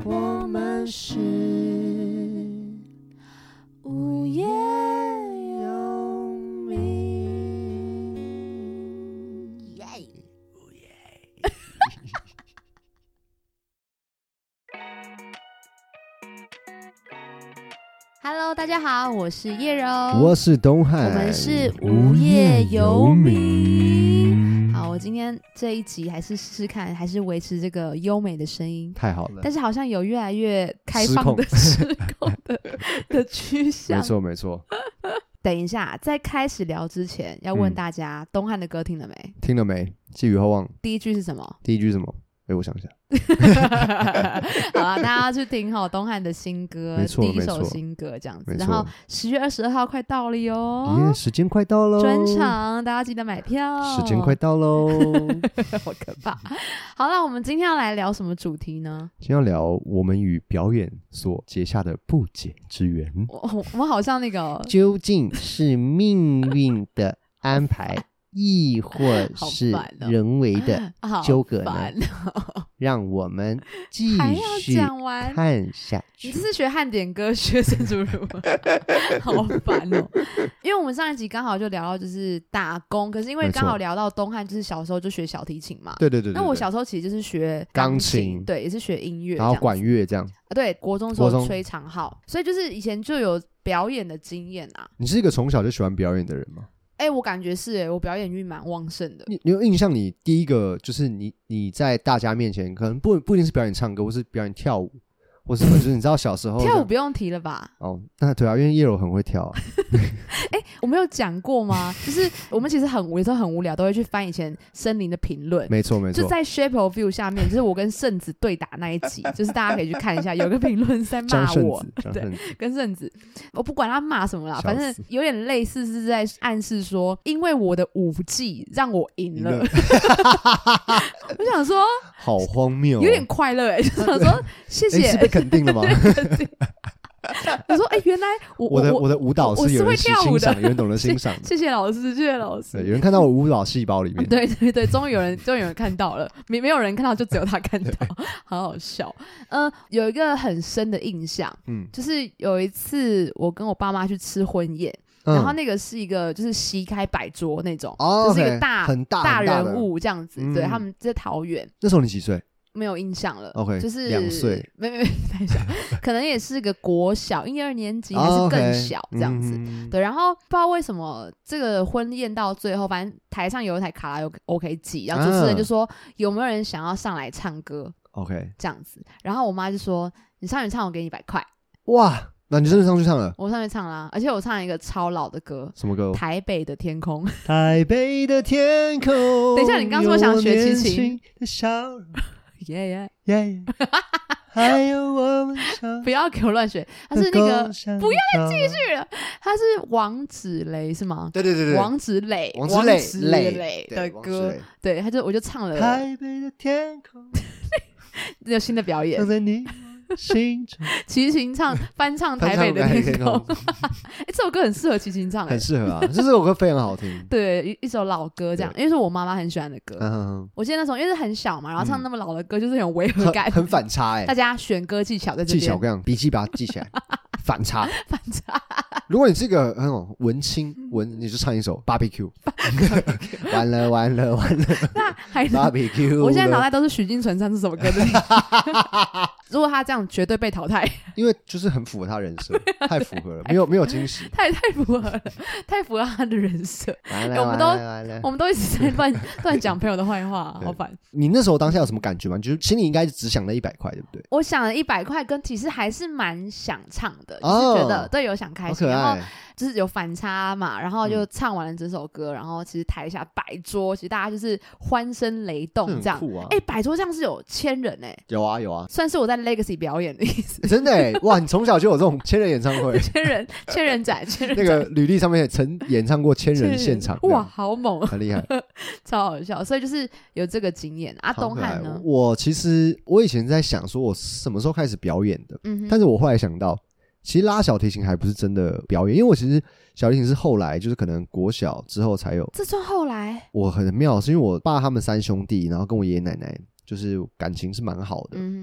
我们是无业游民。耶！Hello， 大家好，我是叶柔， 我是东汉， 我们是无业游民。好，我今天这一集还是试试看，还是维持这个优美的声音， 太好了。 但是好像有越来越开放的失控的趋向。 没错没错。 等一下，在开始聊之前，要问大家，东汉的歌听了没？ 听了没？寄予厚望。 第一句是什么？ 第一句是什么？我想一下。 好啦，大家去听东汉的新歌，第一首新歌这样子。然后10月22号快到了哟， 时间快到喽， 专场大家记得买票， 时间快到喽。 好可怕。好了，我们今天要来聊什么主题呢？ 今天要聊我们与表演所结下的不解之缘。 我们好像那个究竟是命运的安排亦或是人为的纠葛呢？让我们继续看下去。 你这是学汉典歌学生主乳吗？好烦哦！因为我们上一集刚好就聊到就是打工，可是因为刚好聊到东汉就是小时候就学小提琴嘛。 对对对。 那我小时候其实就是学钢琴， 对，也是学音乐， 然后管乐这样。 对，国中的时候吹长号，所以就是以前就有表演的经验啊。 你是一个从小就喜欢表演的人吗？ 我感觉是我表演欲蛮旺盛的。 你有印象？你第一个就是你在大家面前，可能不一定是表演唱歌，或是表演跳舞，或是什么，就是你知道小时候跳舞不用提了吧？ 哦，那对啊，因为叶柔很会跳啊。 我没有讲过吗？就是我们其实有时候很无聊，都会去翻以前森林的评论。 没错没错， 就在 Shape of You 下面，就是我跟圣子对打那一集，就是大家可以去看一下，有个评论是在骂我，对，跟圣子，我不管他骂什么啦，反正有点类似是在暗示说，因为我的舞技让我赢了。我想说， 好荒谬， 有点快乐就想说谢谢， 是被肯定了吗？ 我说原来我的舞蹈是有人欣赏，有人懂得欣赏。 谢谢老师，谢谢老师。 对，有人看到我舞蹈细胞里面。 对对对，终于有人看到了，没有人看到，就只有他看到，好好笑。有一个很深的印象，就是有一次我跟我爸妈去吃婚宴。然后那个是一个就是席开摆桌那种，就是一个大人物这样子。对，他们在桃园。 那时候你几岁？ 没有印象了。 OK， 就是 2岁， 没太小，可能也是个国小1、2年级，还是更小这样子。对，然后不知道为什么这个婚宴到最后，反正台上有一台卡拉 OK 机，然后主持人就说有没有人想要上来唱歌 ？OK， 这样子。然后我妈就说你上去唱，我给你100块。 哇！那你真的上去唱了？ 我上去唱啦，而且我唱了一个超老的歌。 什么歌？ 台北的天空。 台北的天空。 等一下，你刚说想学齐秦。 耶耶，还有我们不要给我乱学，他是那个不要再继续了，他是王芷蕾是吗？ 对对对对， 王芷蕾的歌，对，我就唱了台北的天空， 有新的表演。 齐秦翻唱台北的天空。这首歌很适合齐秦唱， 很适合啊，这首歌非常好听。 对，一首老歌这样，因为是我妈妈很喜欢的歌。我记得那时候因为是很小嘛，然后唱那么老的歌，就是有违和感， 很反差。 大家选歌技巧在这边， 技巧这样，笔记把它记起来。反差。如果你是一个很文青你就唱一首 Barbecue。完了， 那还 Barbecue。 我现在脑袋都是许金纯唱这首歌的。如果他这样绝对被淘汰， 因为就是很符合他人设，太符合了，没有惊喜， 太符合了，太符合他的人设。我们都一直在乱讲朋友的坏话，好烦。 你那时候当下有什么感觉吗？就是心里应该只想了100块，对不对？ 我想了100块，跟其实还是蛮想唱的，就是觉得对有想开心，然后就是有反差嘛，然后就唱完了这首歌，然后其实台下摆桌，其实大家就是欢声雷动这样。摆桌这样是有1000人有啊， 算是我在 Legacy 表演的意思。 真的哇，你从小就有这种1000人演唱会， 千人展， 那个履历上面曾演唱过1000人现场， 哇，好猛， 很厉害， 超好笑。所以就是有这个经验。东汉呢？ 我以前在想说我什么时候开始表演的，但是我后来想到其实拉小提琴还不是真的表演，因为我其实小提琴是后来就是可能国小之后才有。 这算后来？ 我很妙是因为我爸他们3兄弟，然后跟我爷爷奶奶就是感情是蛮好的，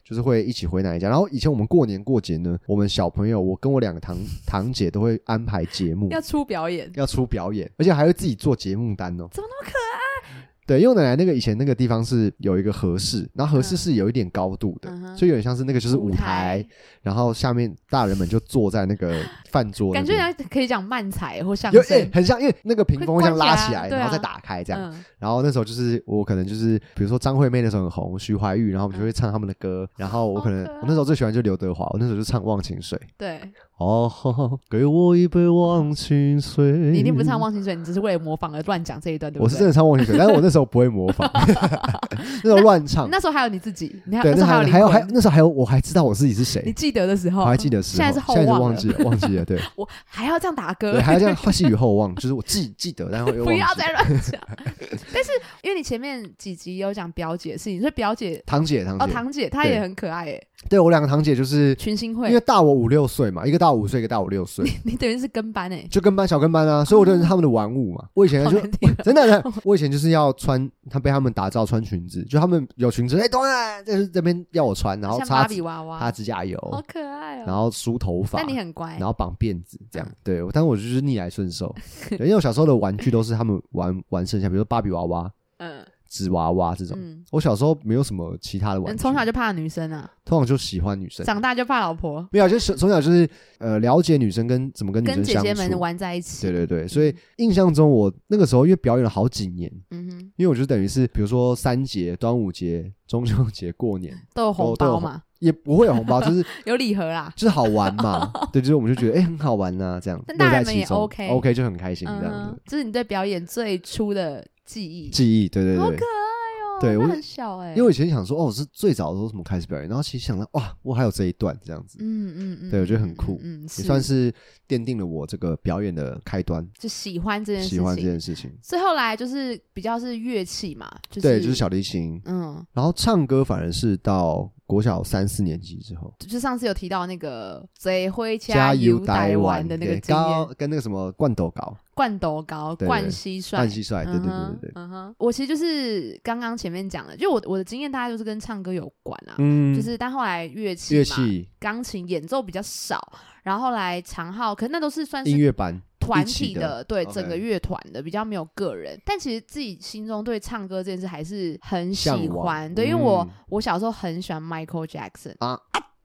就是会一起回奶奶家。然后以前我们过年过节呢，我们小朋友，我跟我2个堂姐都会安排节目， 要出表演， 而且还会自己做节目单哦。 怎么那么可爱？ 对，因为我奶奶以前那个地方是有一个和室，然后和室是有一点高度的，所以有点像是那个就是舞台，然后下面大人们就坐在那个饭桌， 感觉可以讲漫才或相声， 很像，因为那个屏风会这样拉起来，然后再打开这样。然后那时候就是我可能就是比如说张惠妹那时候很红，徐怀钰，然后我们就会唱他们的歌。然后我那时候最喜欢就刘德华，我那时候就唱《忘情水》。对。哦，给我一杯忘情水。 你一定不是唱忘情水，你只是为了模仿而乱讲这一段，对不对？ 我是真的唱忘情水，但是我那时候不会模仿，那时候乱唱。 那时候还有你自己， 对，那时候还有我还知道我自己是谁。 你记得的时候， 我还记得时候， 现在是忘记了。对， 我还要这样打歌， 对，还要这样寄予厚望，就是我记得，然后又忘记。 不要再乱讲。但是因为你前面几集有讲表姐的事情，所以表姐堂姐她也很可爱耶。 对，我2个堂姐就是群星会， 因为大我5、6岁嘛，一个大我5岁，一个大我6岁。 你等于是跟班哎， 就跟班小跟班啊，所以我就是他们的玩物嘛。我以前就真的，我以前就是要被他们打造穿裙子，就他们有裙子，懂啊，就是这边要我穿，然后像芭比娃娃， 擦指甲油， 好可爱哦。 然后梳头发， 那你很乖， 然后绑辫子这样。对，但我就是逆来顺受，因为我小时候的玩具都是他们玩剩下，比如说芭比娃娃，纸娃娃这种。我小时候没有什么其他的玩具。 从小就怕女生啊？ 通常就喜欢女生， 长大就怕老婆。 没有，就是从小就是了解女生跟怎么跟女生相处， 跟姐姐们玩在一起。 对，所以印象中我那个时候因为表演了好几年，因为我就等于是比如说3节、端午节、中秋节、过年都有红包嘛。 也不会有红包，就是有礼盒啦， 就是好玩嘛。对，就是我们就觉得很好玩啊，这样。 但大人们也 OK 就很开心这样子。 这是你对表演最初的记忆， 对， 好可爱哦。对，我很小因为我以前想说我是最早的时候怎么开始表演，然后其实想到哇，我还有这一段这样子。对，我觉得很酷，也算是奠定了我这个表演的开端， 就喜欢这件事情。所以后来就是比较是乐器嘛， 对，就是小提琴。然后唱歌反而是到国小3、4年级之后， 就上次有提到那个最会加油台湾的那个经验， 跟那个什么灌斗高、灌蟋蟀， 对。 我其实就是刚刚前面讲的，就我的经验大概就是跟唱歌有关啊，就是但后来乐器钢琴演奏比较少，然后后来长号，可是那都是算是音乐班。 团体的，对，整个乐团的比较没有个人，但其实自己心中对唱歌这件事还是很喜欢，对，因为我小时候很喜欢 Michael Jackson 啊，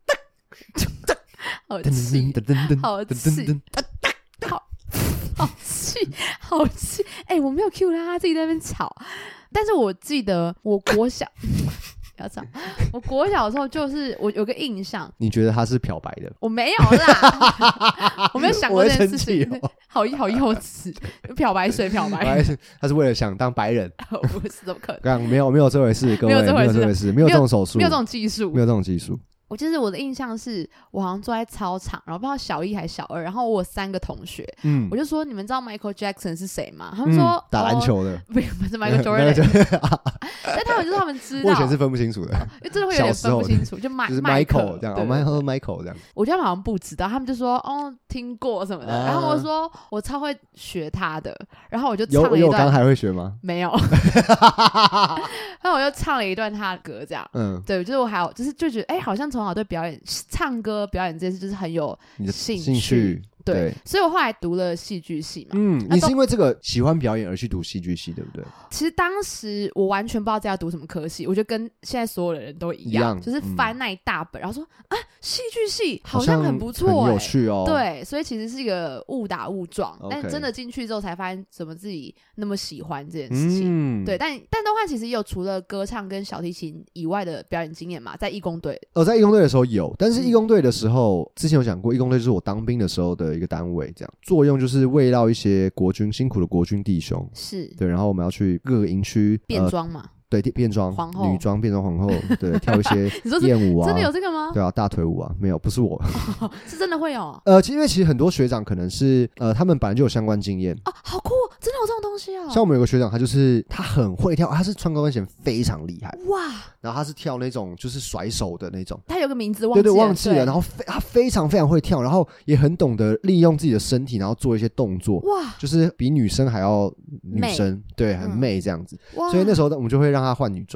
好气，好气，我没有 cue 他自己在那边吵，但是我记得我国小。不要这样，我国小的时候就是我有个印象， 你觉得他是漂白的？ 我没有啦，我没有想过这件事情，好幼稚，漂白水， 他是为了想当白人， 不是怎么可能？ 没有这回事，各位没有这回事，没有这种手术， 没有这种技术， 没有这种技术。 我就是我的印象是我好像坐在操场，然后不知道小1还是小2，然后我有3个同学，我就说你们知道 Michael Jackson 是谁吗？他们说打篮球的， 不是 Michael Jordan， 但他们就说他们知道， 我以前是分不清楚的， 因为真的会有点分不清楚，就 Michael 这样，Michael 这样， 我觉得他们好像不知道，他们就说听过什么的，然后我说我超会学他的，然后我就唱了一段， 有我刚还会学吗？ 没有，然后我就唱了一段他的歌，这样，对，就是我还有就觉得好像从小对表演。唱歌表演这件事就是很有兴趣，对，所以我后来读了戏剧系嘛。 你是因为这个喜欢表演而去读戏剧系，对不对？ 其实当时我完全不知道自己要读什么科系，我觉得跟现在所有的人都一样，就是翻那一大本，然后说戏剧系好像很不错， 很有趣哦。 对，所以其实是一个误打误撞，但真的进去之后才发现怎么自己那么喜欢这件事情。对，但的话其实也有除了歌唱跟小提琴以外的表演经验嘛，在义工队。 在义工队的时候有，但是义工队的时候之前有讲过，义工队就是我当兵的时候的一个单位，这样作用就是慰劳一些辛苦的国军弟兄，是对，然后我们要去各个营区变装嘛。 对，变装皇后、 女装变装皇后，对，跳一些艳舞啊， 真的有这个吗？ 对啊，大腿舞啊，没有，不是我， 是真的会有。 因为其实很多学长可能是他们本来就有相关经验哦，好酷，真的有这种东西哦。 像我们有个学长，他很会跳，他是穿高跟鞋非常厉害哇，然后他是跳那种就是甩手的那种， 他有个名字忘记了，然后他非常非常会跳，然后也很懂得利用自己的身体，然后做一些动作哇，就是比女生还要女生，对，很媚这样子，所以那时候我们就会让他换女装。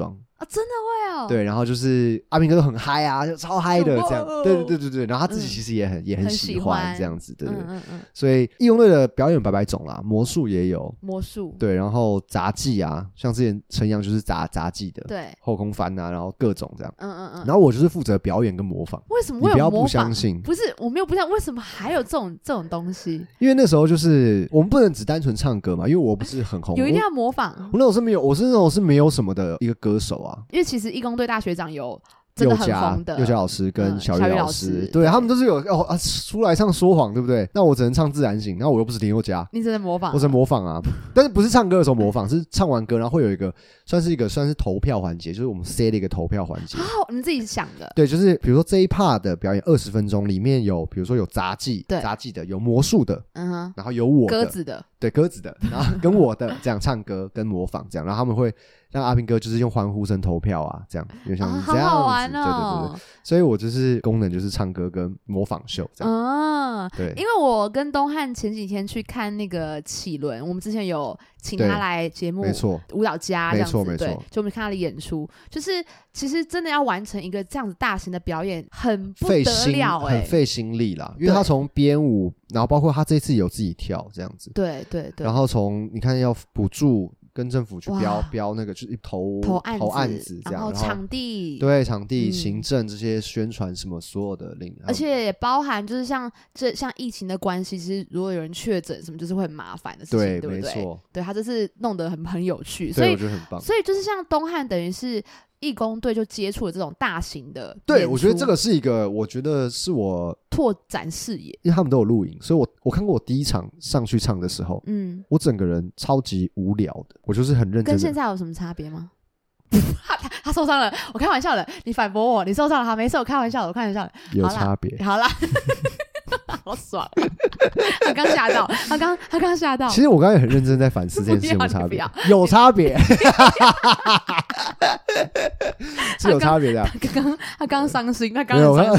真的会哦。 对，然后就是阿兵哥都很嗨啊，就超嗨的这样。对，然后他自己其实也很喜欢这样子，对。所以义工队的表演百百种啦，魔术也有， 魔术对，然后杂技啊，像之前陈阳就是杂技的， 对， 后空翻啊，然后各种这样。然后我就是负责表演跟模仿。 为什么会有模仿？ 你不要不相信， 不是我没有不相信，为什么还有这种东西？ 因为那时候就是我们不能只单纯唱歌嘛，因为我不是很红， 有一定要模仿。 我那种是没有，我是那种是没有什么的一个歌手啊。 因为其实义工队大学长有真的很红的佑嘉老师跟小雨老师， 对，他们都是有出来唱说谎，对不对？那我只能唱自然醒，然后我又不是林宥嘉， 你只能模仿， 我只能模仿啊。但是不是唱歌的时候模仿，是唱完歌然后会有一个算是投票环节，就是我们 set 了一个投票环节。 你们自己想的？对， 就是比如说这一 part 的表演20分钟里面有，比如说有杂技的，有魔术的，然后有我的鸽子的， 对，鸽子的，然后跟我的这样唱歌跟模仿这样，然后他们会让阿兵哥就是用欢呼声投票啊，这样就像是这样子， 好好玩哦。 对，所以我就是功能就是唱歌跟模仿秀这样。对， 因为我跟东汉前几天去看那个启伦，我们之前有请他来节目， 没错， 舞蹈家这样子， 没错， 对，就我们看他的演出，就是其实真的要完成一个这样子大型的表演，很不得了， 很费心力啦，因为他从编舞，然后包括他这次有自己跳这样子， 对， 然后从你看要补助。跟政府去标那个就是投案子这样， 然后场地行政这些宣传什么所有的而且也包含就是像疫情的关系，其实如果有人确诊什么，就是会很麻烦的事情，对不对？ 没错， 对，他这次弄得很有趣， 所以我觉得很棒。 所以就是像东汉等于是义工队就接触了这种大型的， 对，我觉得这个是一个，我觉得是我拓展视野， 因为他们都有录影，所以我看过我第一场上去唱的时候，我整个人超级无聊的，我就是很认真的。 跟现在有什么差别吗？他受伤了，我开玩笑的，你反驳我，你受伤了，他没事，我开玩笑的， 有差别， 好啦。好爽！他刚吓到，他刚吓到。 其实我刚才很认真在反思这件事有差别，有差别，是有差别的。 他刚伤心，他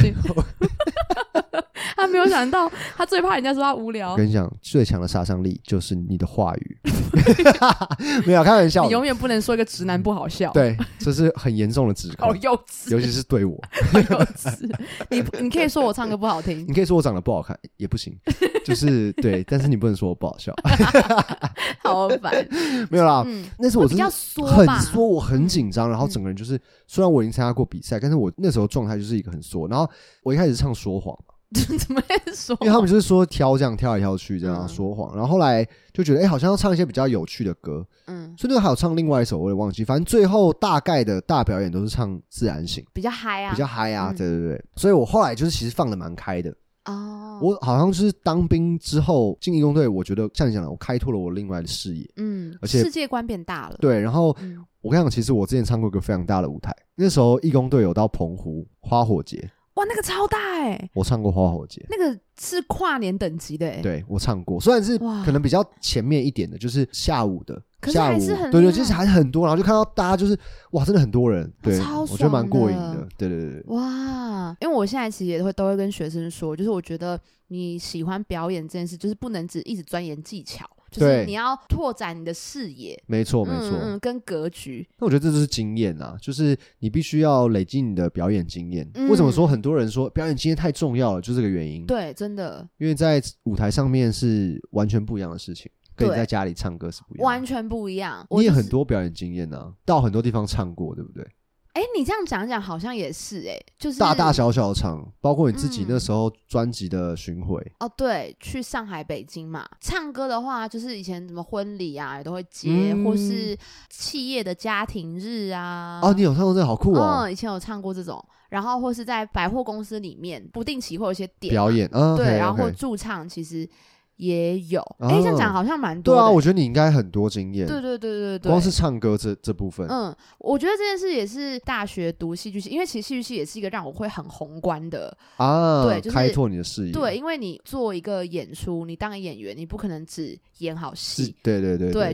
没有想到，他最怕人家说他无聊。 我跟你讲，最强的杀伤力就是你的话语。没有开玩笑， 你永远不能说一个直男不好笑。 对，这是很严重的指控。 好幼稚， 尤其是对我。 好幼稚，你可以说我唱歌不好听， 你可以说我长得不好看也不行，就是对，但是你不能说我不好笑。 好烦。 没有啦，那时候我比较缩， 很缩，我很紧张，然后整个人就是，虽然我已经参加过比赛，但是我那时候状态就是一个很缩。然后我一开始唱说谎。 怎么说？ 因为他们就是说挑这样挑来挑去这样说谎，然后后来就觉得好像要唱一些比较有趣的歌，所以那个还有唱另外一首我也忘记，反正最后大概的大表演都是唱自然醒， 比较嗨啊，对，所以我后来就是其实放得蛮开的。我好像是当兵之后进义工队，我觉得像你讲的，我开拓了我另外的视野，而且世界观变大了。 对，然后我跟你讲，其实我之前唱过一个非常大的舞台，那时候义工队有到澎湖花火节。 哇，那个超大我唱过花火节， 那个是跨年等级的对，我唱过，虽然是可能比较前面一点的，就是下午的， 可是还是很对，其实还是很多，然后就看到大家就是哇，真的很多人，对， 超爽的， 我觉得蛮过瘾的，对。 哇，因为我现在其实也都会跟学生说，就是我觉得你喜欢表演这件事，就是不能只一直钻研技巧。就是你要拓展你的视野， 没错， 跟格局。 那我觉得这就是经验啊，就是你必须要累积你的表演经验。为什么说很多人说表演经验太重要了？就这个原因。 对，真的， 因为在舞台上面是完全不一样的事情，跟你在家里唱歌是不一样的， 完全不一样。 你也很多表演经验啊，到很多地方唱过，对不对？ 你这样讲讲好像也是就是大大小小的场，包括你自己那时候专辑的巡回。 对，去上海、北京嘛。唱歌的话，就是以前什么婚礼啊也都会接，或是企业的家庭日啊。 你有唱过这个，好酷哦！ 以前有唱过这种，然后或是在百货公司里面不定期会有一些点表演， 对，然后或驻唱，其实。也有，这样讲好像蛮多的。 对啊，我觉得你应该很多经验。 对， 光是唱歌这部分。 我觉得这件事也是大学读戏剧系，因为其实戏剧系也是一个让我会很宏观的对，就是开拓你的视野。 对，因为你做一个演出，你当个演员，你不可能只演好戏。 对， 就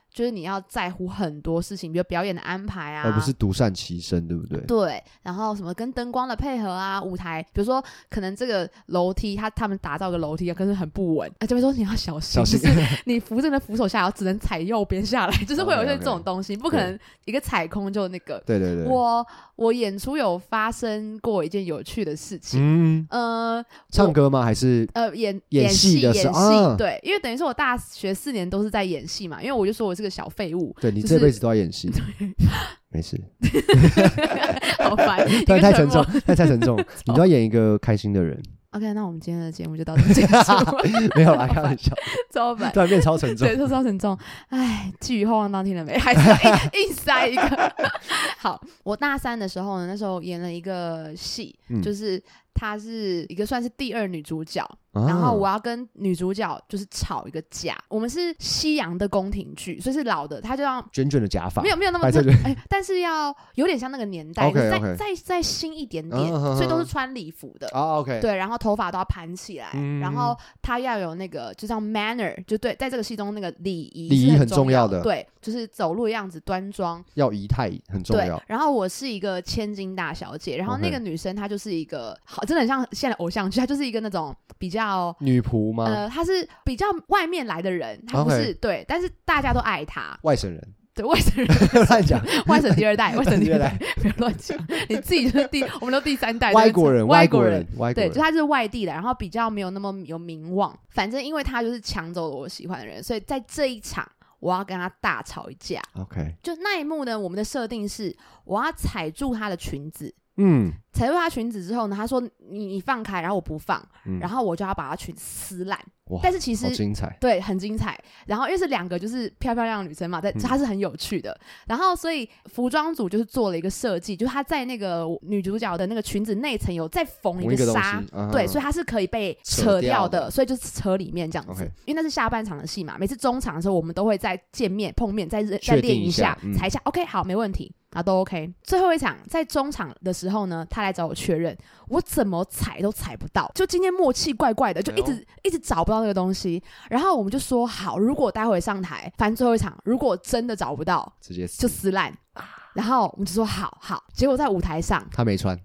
就是你要在乎很多事情，比如表演的安排啊， 而不是独善其身，对不对？ 对，然后什么跟灯光的配合啊，舞台，比如说可能这个楼梯他们打造个楼梯可是很不稳，就会说你要小心，就是你扶着的扶手下来只能踩右边下来，就是会有一些这种东西，不可能一个踩空就那个。 对对对， 我演出有发生过一件有趣的事情， 唱歌吗？还是演戏的时候？ 对，因为等于说我大学4年都是在演戏嘛，因为我就说我是个小废物。 对，你这辈子都要演戏。没事。 好烦， 对，太沉重，太沉重。你都要演一个开心的人。 OK， 那我们今天的节目就到这结束。 没有啦，开玩笑。 超烦， 突然变超沉重。 对，超沉重。哎，寄予厚望当听了没？还是要硬塞一个。好，我大3的时候呢，那时候演了一个戏，就是她是一个算是第2女主角。然后我要跟女主角就是吵一个架，我们是西洋的宫廷剧，所以是老的，她就让卷卷的假发， 没有那么但是要有点像那个年代，再新一点点，所以都是穿礼服的。 OK， 对，然后头发都要盘起来，然后她要有那个就叫 manner， 就对，在这个戏中那个礼仪很重要的，对，就是走路的样子端庄， 要仪态很重要。 对，然后我是一个千金大小姐，然后那个女生她就是一个好，真的很像现在偶像剧，她就是一个那种比较女仆吗？ 她是比较外面来的人，她不是对，但是大家都爱她。 外省人， 对，外省人乱讲， 外省第2代，外省第2代，不要乱讲，你自己就是我们都第3代， 外国人， 对，就他是外地的，然后比较没有那么有名望。反正因为他就是抢走了我喜欢的人，所以在这一场我要跟他大吵一架。 OK， 就那一幕呢，我们的设定是我要踩住他的裙子。踩住她裙子之后呢，他说你放开，然后我不放，然后我就要把她裙子撕烂。但是其实好精彩， 对，很精彩。然后因为是2个就是漂亮的女生嘛，她是很有趣的。然后所以服装组就是做了一个设计，就是她在那个女主角的那个裙子内层有再缝一个纱，对，所以它是可以被扯掉的，所以就是扯里面这样子。因为那是下半场的戏嘛，每次中场的时候我们都会再见面碰面，再练一下，踩一下 OK 好，没问题。然后都 OK， 最后一场在中场的时候呢，他来找我确认，我怎么踩都踩不到，就今天默契怪怪的，就一直找不到那个东西。然后我们就说好，如果待会上台，反正最后一场如果真的找不到， 直接就撕烂。然后我们就说好，结果在舞台上他没穿，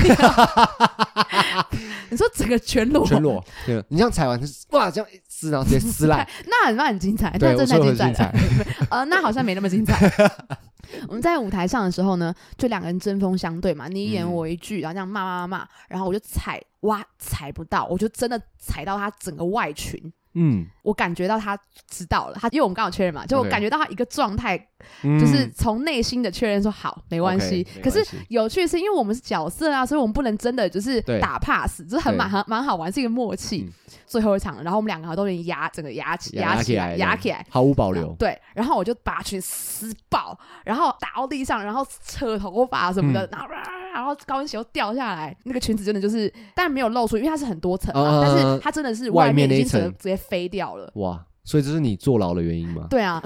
你说整个全裸， 对，你这样踩完哇，这样撕，然后直接撕烂， 那很精彩， 对， 那真的太精彩了。那好像没那么精彩。我们在舞台上的时候呢，就2个人针锋相对嘛，你一言我一句，然后这样骂，然后我就踩踩不到，我就真的踩到他整个外裙。我感觉到他知道了，因为我们刚好确认嘛，就我感觉到他一个状态，就是从内心的确认说好，没关系。可是有趣的是，因为我们是角色啊，所以我们不能真的就是打 pass， 就是蛮好玩，是一个默契。最后一场，然后我们2个都能整个压起来， 毫无保留。 对，然后我就把裙撕爆，然后打到地上，然后扯头发什么的，然后高跟鞋又掉下来，那个裙子真的就是，但没有露出，因为它是很多层嘛，但是它真的是外面已经直接飞掉了。 哇！所以这是你坐牢的原因吗？ 对啊，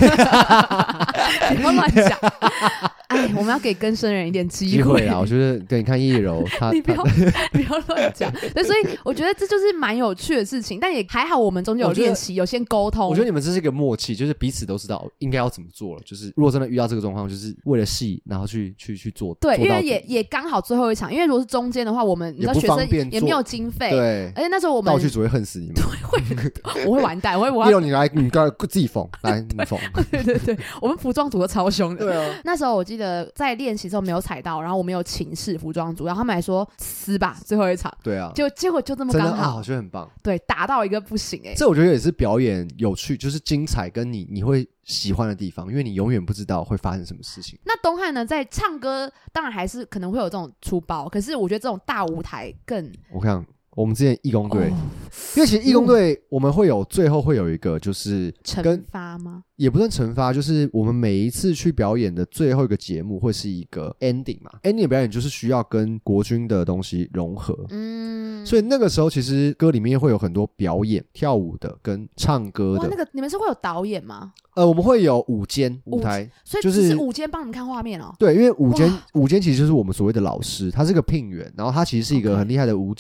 不要乱讲。哎，我们要给更生人一点机会啦。我觉得，对，你看叶柔， 你不要乱讲。对，所以我觉得这就是蛮有趣的事情，但也还好，我们中间有练习，有先沟通。 我觉得你们这是一个默契，就是彼此都知道应该要怎么做了。就是如果真的遇到这个状况，就是为了戏，然后去做。 对，因为也刚好最后一场，因为如果是中间的话，我们你知道学生也没有经费， 对， 而且那时候我们道具组会恨死你们， 我会完蛋，我要你来，你刚自己缝，来你缝。 对，我们服装组都超凶的。 对啊， 那时候我记得在练习的时候没有踩到，然后我们有请示服装组，然后他们还说撕吧，最后一场。 对啊， 结果就这么刚好， 我觉得很棒。 对，打到一个不行这我觉得也是表演有趣，就是精彩跟你会喜欢的地方，因为你永远不知道会发生什么事情。 那东汉呢，在唱歌当然还是可能会有这种出包，可是我觉得这种大舞台更…… 我看我们之前义工队，因为其实义工队我们最后会有一个就是惩罚吗？ 也不算惩罚，就是我们每一次去表演的最后一个节目会是一个 ending 嘛 ，ending 的表演就是需要跟国军的东西融合，所以那个时候其实歌里面会有很多表演、跳舞的跟唱歌的。 那个你们是会有导演吗？ 我们会有舞监舞台， 所以就是舞监帮你们看画面哦。 对，因为舞监其实就是我们所谓的老师，他是个聘员，然后他其实是一个很厉害的舞者。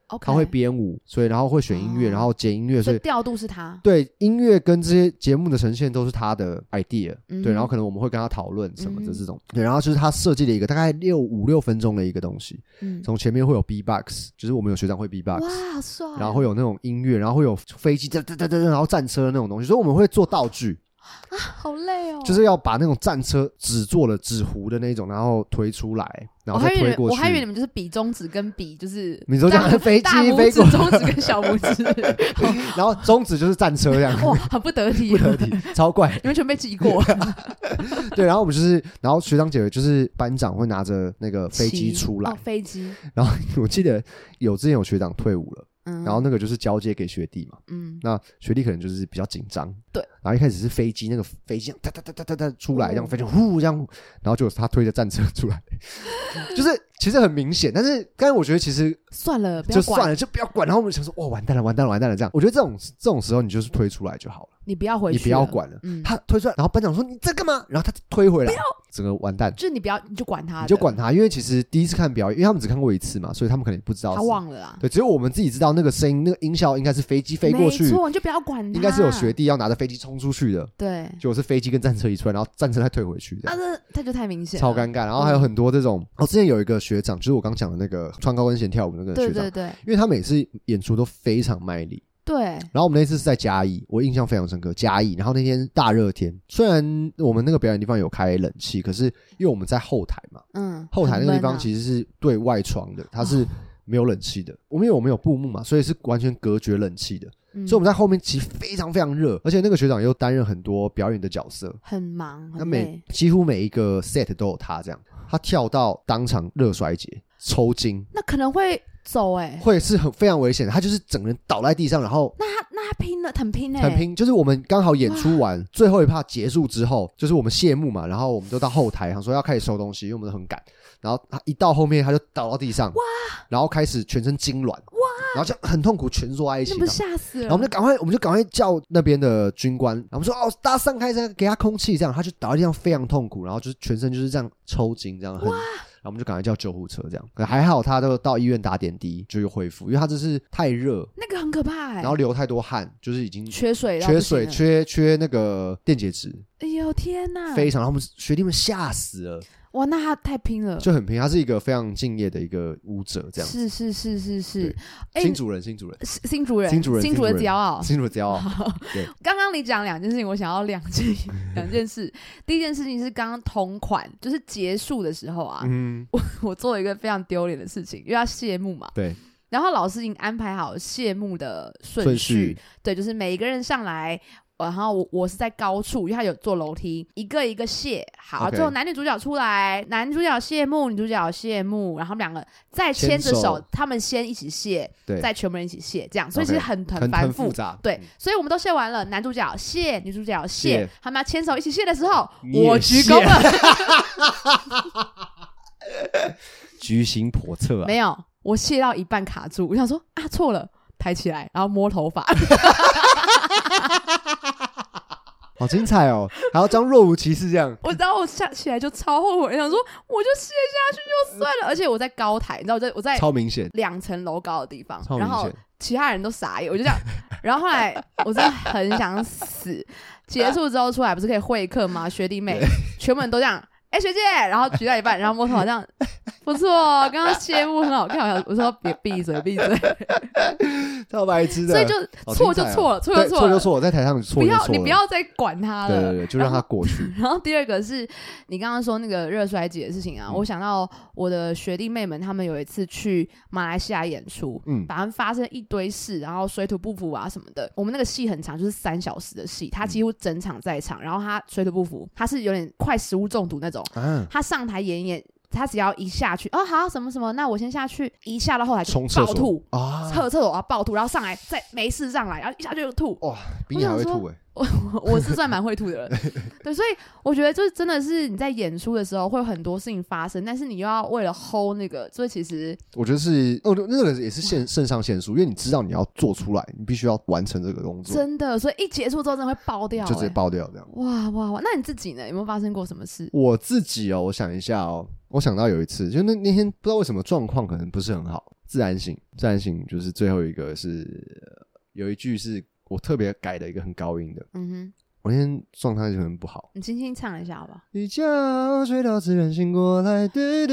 他会编舞，所以然后会选音乐，然后剪音乐，所以调度是他。 对，音乐跟这些节目的呈现都是他的 idea，对，然后可能我们会跟他讨论什么的这种，对，然后就是他设计了一个大概5-6分钟的一个东西，从前面会有 B-box， 就是我们有学长会 B-box， 哇，好帅， 然后会有那种音乐，然后会有飞机然后战车那种东西，所以我们会做道具。 啊，好累哦！ 就是要把那种战车纸做的纸糊的那种，然后推出来，然后再推过去。 我还以为你们就是比中指跟比，就是你说这样飞机飞过， 中指跟小拇指， 然后中指就是战车这样。 哇，很不得体， 不得体，超怪。 你们全被记过。 对，然后我们就是，然后学长姐就是班长会拿着那个飞机出来， 飞机。然后我记得之前有学长退伍了。然后那个就是交接给学弟嘛，那学弟可能就是比较紧张， 对， 然后一开始是飞机，那个飞机哒哒哒哒哒哒出来，这样飞就呼这样，然后就他推着战车出来，就是其实很明显，但是刚才我觉得其实算了， 就算了，就不要管。然后我们想说，哇，完蛋了，完蛋了，完蛋了，这样，我觉得这种时候你就是推出来就好了， 你不要回去， 你不要管了。他推出来，然后班长说你在干嘛？然后他推回来，整个完蛋。 就是你不要，你就管他， 你就管他，因为其实第一次看表演，因为他们只看过一次嘛，所以他们可能不知道， 他忘了啊。 对，只有我们自己知道那个声音、那个音效应该是飞机飞过去， 没错，你就不要管他。 应该是有学弟要拿着飞机冲出去的， 对， 结果是飞机跟战车一出来，然后战车再退回去， 他就太明显了， 超尴尬。然后还有很多这种，之前有一个学长，就是我刚讲的那个穿高跟鞋跳舞的那个学长，对，因为他每次演出都非常卖力。 对， 然后我们那次是在嘉义，我印象非常深刻。嘉义，然后那天大热天，虽然我们那个表演地方有开冷气，可是因为我们在后台嘛，后台那个地方其实是对外窗的，它是没有冷气的。因为我们有布幕嘛，所以是完全隔绝冷气的。所以我们在后面其实非常非常热，而且那个学长又担任很多表演的角色， 很忙， 几乎每一个 set 都有他这样。他跳到当场热衰竭抽筋， 那可能会走会是非常危险的。他就是整个人倒在地上，然后那他拼了，很拼很拼。就是我们刚好演出完最后一趴结束之后，就是我们谢幕嘛，然后我们都到后台想说要开始收东西，因为我们都很赶。然后他一到后面他就倒到地上，哇！然后开始全身痉挛，哇！然后就很痛苦，全缩在一起， 那不吓死了。 然后我们就赶快叫那边的军官，然后我们说大家散开，给他空气，这样他就倒在地上非常痛苦，然后就是全身就是这样抽筋，这样很。然后我们就赶快叫救护车，这样可还好，他都到医院打点滴就又恢复，因为他这是太热， 那个很可怕然后流太多汗，就是已经缺水缺那个电解质。 哎呦天哪！ 非常，然后我们学弟们吓死了。 哇，那他太拼了， 就很拼。他是一个非常敬业的一个舞者，这样子。 是。 新主人骄傲。对， 刚刚你讲两件事情，我想要两件事。第一件事情是刚刚同款，就是结束的时候啊，我做了一个非常丢脸的事情，因为要谢幕嘛。 对。 然后老师已经安排好谢幕的顺序，对，就是每一个人上来。然后我是在高处，因为他有坐楼梯，一个一个谢。好，最后男女主角出来，男主角谢幕，女主角谢幕，然后他们两个再牵着手，他们先一起谢，再全部人一起谢，这样，所以其实很繁复，对，所以我们都谢完了，男主角谢，女主角谢，他们要牵手一起谢的时候，我鞠躬了， 居心叵测啊， 没有，我谢到一半卡住，我想说啊错了，抬起来，然后摸头发。 好精彩哦！还要装若无其事这样。 我知道我下起来就超后悔，想说我就卸下去就算了。而且我在高台，你知道我在超明显 2层楼高的地方，然后其他人都傻眼，我就这样。然后后来我真的很想死。结束之后出来不是可以会客吗？学弟妹全部人都这样。学姐，然后举到一半，然后摸头好像不错，刚刚谢幕很好看，我说别闭嘴， 超白痴的， 所以就错就错了， 错就错了，在台上错就错了， 你不要再管他了， 对，就让他过去。 然后第二个是你刚刚说那个热衰竭的事情啊，我想到我的学弟妹们，他们有一次去马来西亚演出，反正发生一堆事，然后水土不服啊什么的。我们那个戏很长，就是3小时的戏，他几乎整场在场，然后他水土不服，他是有点快食物中毒那种。他上台演，他只要一下去，好什么什么，那我先下去，一下到后台就爆吐啊，厕所要爆吐，然后上来再没事上来，然后一下就吐， 哇，比你还会吐我是算蛮会吐的人，对，所以我觉得就是真的是你在演出的时候会有很多事情发生，但是你又要为了 hold 那个，所以其实我觉得是，那个也是肾上腺素，因为你知道你要做出来，你必须要完成这个工作， 真的，所以一结束之后真的会爆掉， 就直接爆掉这样。 哇，那你自己呢？有没有发生过什么事？ 我自己我想一下我想到有一次，就那天不知道为什么状况可能不是很好， 自然醒就是最后一个是有一句是我特别改的一个很高音的，我那天状态就很不好， 你轻轻唱一下好不好？ 一觉睡到自然醒过来，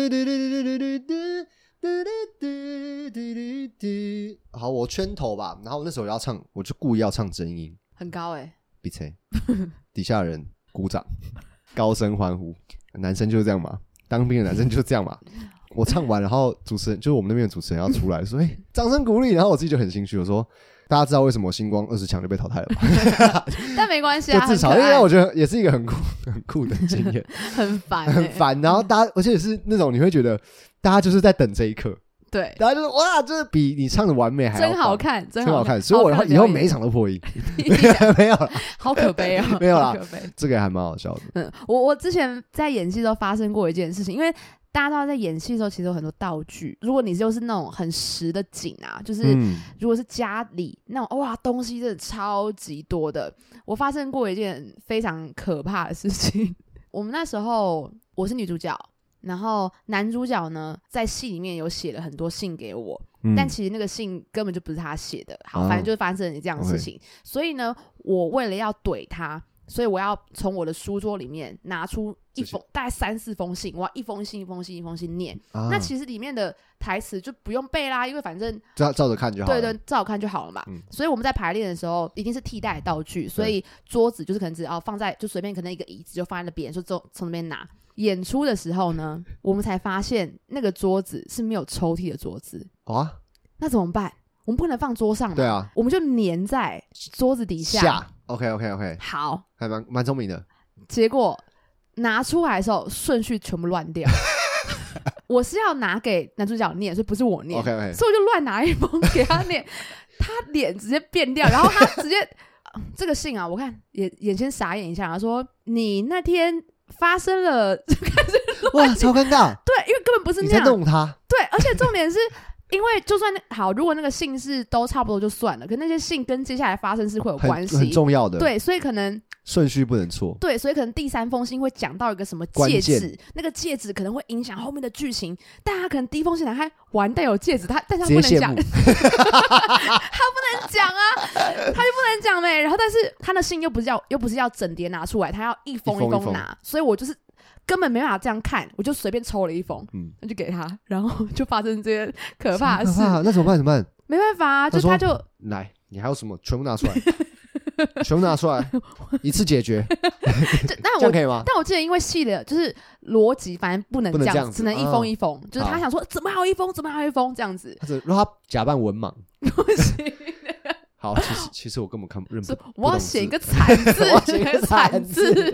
好，我圈头吧，然后那时候要唱，我就故意要唱真音， 很高闭嘴，底下人鼓掌，高声欢呼，男生就是这样嘛，当兵的男生就是这样嘛。我唱完，然后主持人就是我们那边的主持人要出来说：“掌声鼓励。”然后我自己就很心虚，我说：“大家知道为什么星光20强就被淘汰了吗？” 但没关系啊， 就至少因为我觉得也是一个很酷的经验， 很烦很烦。然后大家，而且是那种你会觉得大家就是在等这一刻。 对， 大家就是哇，就是比你唱的完美还要真好看，真好看，所以我以后每一场都破音，没有了， 好可悲哦， 没有啦，这个还蛮好笑的。 我之前在演戏的时候发生过一件事情，因为大家都知道在演戏的时候其实有很多道具，如果你就是那种很实的景啊，就是如果是家里那种哇东西真的超级多的，我发生过一件非常可怕的事情。我们那时候我是女主角。然后男主角呢，在戏里面有写了很多信给我，但其实那个信根本就不是他写的。好，反正就发生了这样的事情。所以呢，我为了要怼他，所以我要从我的书桌里面拿出大概3-4封信，我要一封信念。那其实里面的台词就不用背啦，因为反正照着看就好了。 对，照着看就好了嘛。所以我们在排练的时候一定是替代道具，所以桌子就是可能只要放在就随便可能一个椅子就放在那边，就从那边拿。演出的时候呢，我们才发现那个桌子是没有抽屉的桌子啊，那怎么办？我们不能放桌上嘛， 对啊， 我们就粘在桌子底下。 OK， 好， 还蛮聪明的。 结果拿出来的时候顺序全部乱掉。我是要拿给男主角念，所以不是我念， OK， 所以我就乱拿一封给他念，他脸直接变掉，然后他直接这个信啊，我看眼先傻眼一下，他说你那天发生了，就开始哇，超尴尬。对， 因为根本不是那样。 你在弄他。 对，而且重点是，因为就算好，如果那个姓氏都差不多就算了，可那些姓跟接下来发生是会有关系， 很重要的。 对，所以可能顺序不能错。 对，所以可能第3封信会讲到一个什么戒指，那个戒指可能会影响后面的剧情，但他可能第1封信来还完蛋有戒指，但他不能讲，他不能讲啊，他就不能讲嘞。然后，但是他的信又不是要整叠拿出来，他要一封一封拿，所以我就是根本没办法这样看，我就随便抽了一封，那就给他，然后就发生这些可怕的事。 那怎么办？ 没办法啊，他就来，你还有什么全部拿出来。全部拿出来，一次解决。这样可以吗？ 但我记得，因为戏的就是逻辑，反正不能这样子，只能一封一封。就是他想说，怎么还有一封这样子。 让他假扮文盲， 不行。 好，其实我根本认不懂。 我要写一个惨字，我看不懂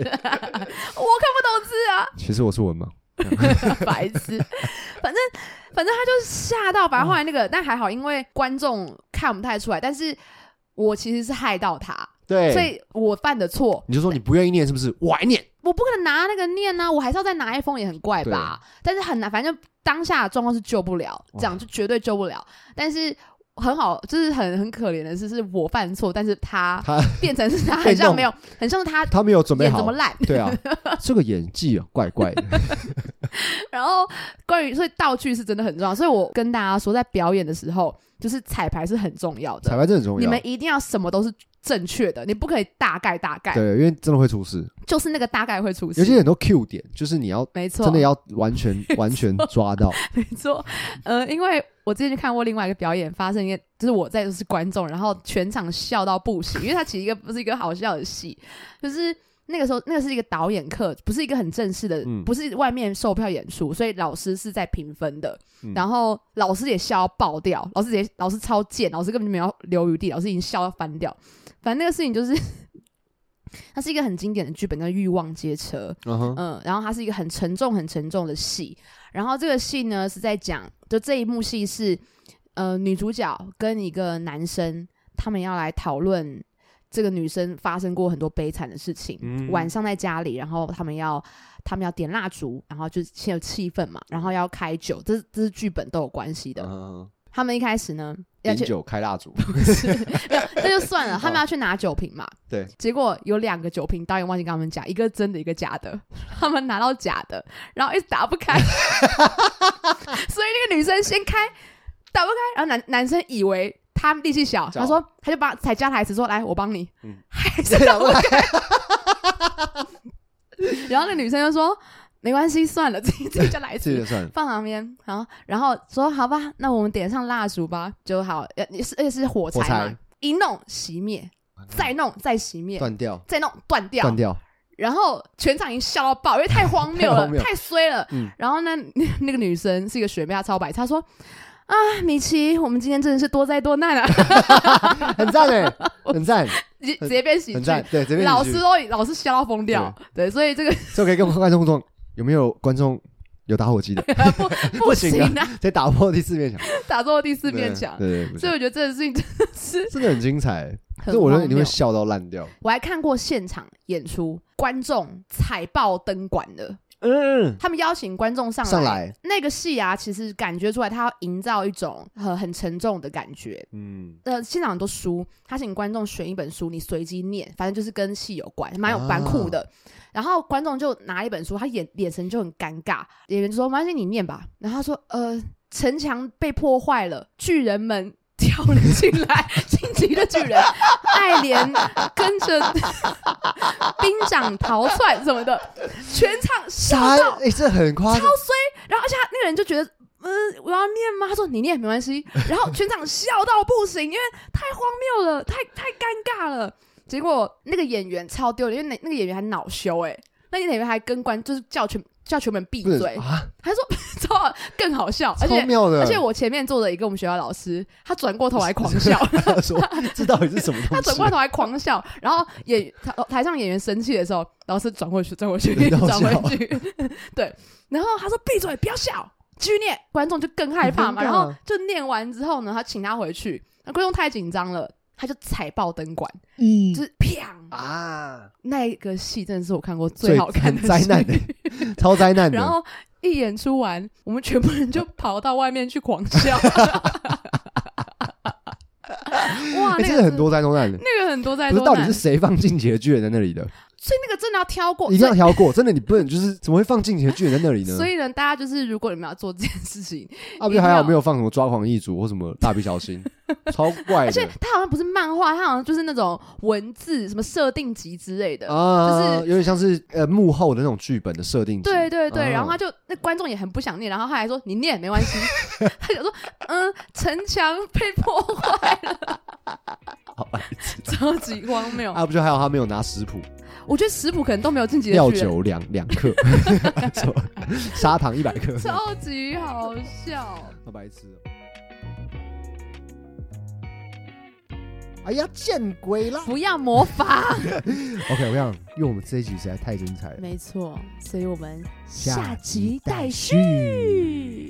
字啊。 其实我是文盲， 白痴。反正他就吓到，反正后来那个，但还好，因为观众看不太出来，但是。我其实是害到他， 对， 所以我犯的错， 你就说你不愿意念是不是？我还念， 我不可能拿那个念啊，我还是要再拿一封，也很怪吧？但是很难，反正当下的状况是救不了，这样就绝对救不了。但是很好，就是很可怜的是我犯错，但是他变成是他很像没有，很像是他没有准备好， 演怎么烂？ 对啊，这个演技怪怪的。 然后所以道具是真的很重要，所以我跟大家说，在表演的时候。就是彩排是很重要的， 彩排真的很重要。 你们一定要什么都是正确的，你不可以大概。 对，因为真的会出事。 就是那个大概会出事。 有些很多 Q 点，就是你要没错， 真的要完全抓到。 没错，因为我之前去看过另外一个表演，发生一个就是我在就是观众，然后全场笑到不行，因为它其实不是一个好笑的戏，就是。那个时候，那个是一个导演课，不是一个很正式的，不是外面售票演出，所以老师是在评分的。然后老师也笑到爆掉，老师超贱，老师根本就没有留余地，老师已经笑到翻掉。反正那个事情就是，它是一个很经典的剧本，叫《欲望街车》。然后它是一个很沉重的戏。然后这个戏呢是在讲，就这一幕戏是女主角跟一个男生，他们要来讨论。这个女生发生过很多悲惨的事情，晚上在家里，然后他们要点蜡烛，然后就先有气氛嘛，然后要开酒，这是剧本都有关系的。他们一开始呢， 点酒开蜡烛， 不是，没有，那就算了。他们要去拿酒瓶嘛， 对。 结果有2个酒瓶，导演忘记跟他们讲，一个真的，一个假的。他们拿到假的，然后一直打不开，所以那个女生先开。 打不开，然后男生以为他力气小，他说他就才加台词说来我帮你，还是打不开。然后那女生就说没关系，算了，自己加台词放旁边，然后说好吧，那我们点上蜡烛吧，就好，而且是火柴嘛，一弄熄灭，再弄再熄灭， 断掉， 再弄断掉。然后全场已经笑到爆，因为太荒谬了，太衰了。然后呢，那个女生是一个学妹，她超白，她说啊，米奇，我们今天真的是多灾多难啊， 很赞哎，很赞， 直接变喜剧， 对，直接变喜剧， 老师笑到疯掉，对，所以这个就可以跟观众互动，有没有观众有打火机的？不行啊，得打破第4面墙，打破第4面墙，对，所以我觉得这个事情真的很精彩。所以我觉得你会笑到烂掉。我还看过现场演出，观众踩爆灯管的。他们邀请观众上来，那个戏啊，其实感觉出来，他要营造一种很沉重的感觉。现场很多书，他请观众选一本书，你随机念，反正就是跟戏有关，蛮酷的。然后观众就拿一本书，他眼神就很尴尬，演员就说：“没关系，你念吧。”然后他说：“城墙被破坏了，巨人们跳了进来，晋级的巨人，爱莲跟着兵长逃窜什么的，全场笑到，这很夸张， 超衰。然后而且那个人就觉得，我要念吗？他说你念没关系。然后全场笑到不行，因为太荒谬了，太尴尬了。结果那个演员超丢脸，因为那个演员还恼羞那个演员还跟就是叫全本闭嘴，还说超好更好笑，而且我前面坐着一个我们学校老师，他转过头来狂笑， 他说这到底是什么东西？ 他转过头来狂笑，然后台上演员生气的时候，老师转回去，转回去，对，然后他说闭嘴，不要笑，继续念，观众就更害怕嘛，然后就念完之后呢，他请他回去，那观众太紧张了。他就踩爆灯管，就是砰啊！那个戏真的是我看过最好看的戏，灾难的， 超灾难的。 然后一演出完，我们全部人就跑到外面去狂笑。哇，那个很多灾多难的， 那个很多灾多难。 到底是谁放进击的巨人在那里的？ 所以那个真的要挑过， 一定要挑过，真的你不能就是怎么会放进击的巨人在那里呢？ 所以呢，大家就是如果你们要做这件事情， 不就还好没有放什么抓狂一族或什么蜡笔小新，超怪的。 而且它好像不是漫画，它好像就是那种文字什么设定集之类的， 就是有点像是幕后的那种剧本的设定集。 对，然后那观众也很不想念，然后他还说你念没关系，他就说城墙被破坏了， 好白痴， 超级荒谬。 不就还好他没有拿食谱。 我觉得食谱可能都没有晋级的巨人， 料酒2克，砂糖100克， 超级好笑， 好白痴哎呀，见鬼了！ 不要模仿。 OK， 我想，因为我们这一集实在太精彩了， 没错，所以我们下集待续。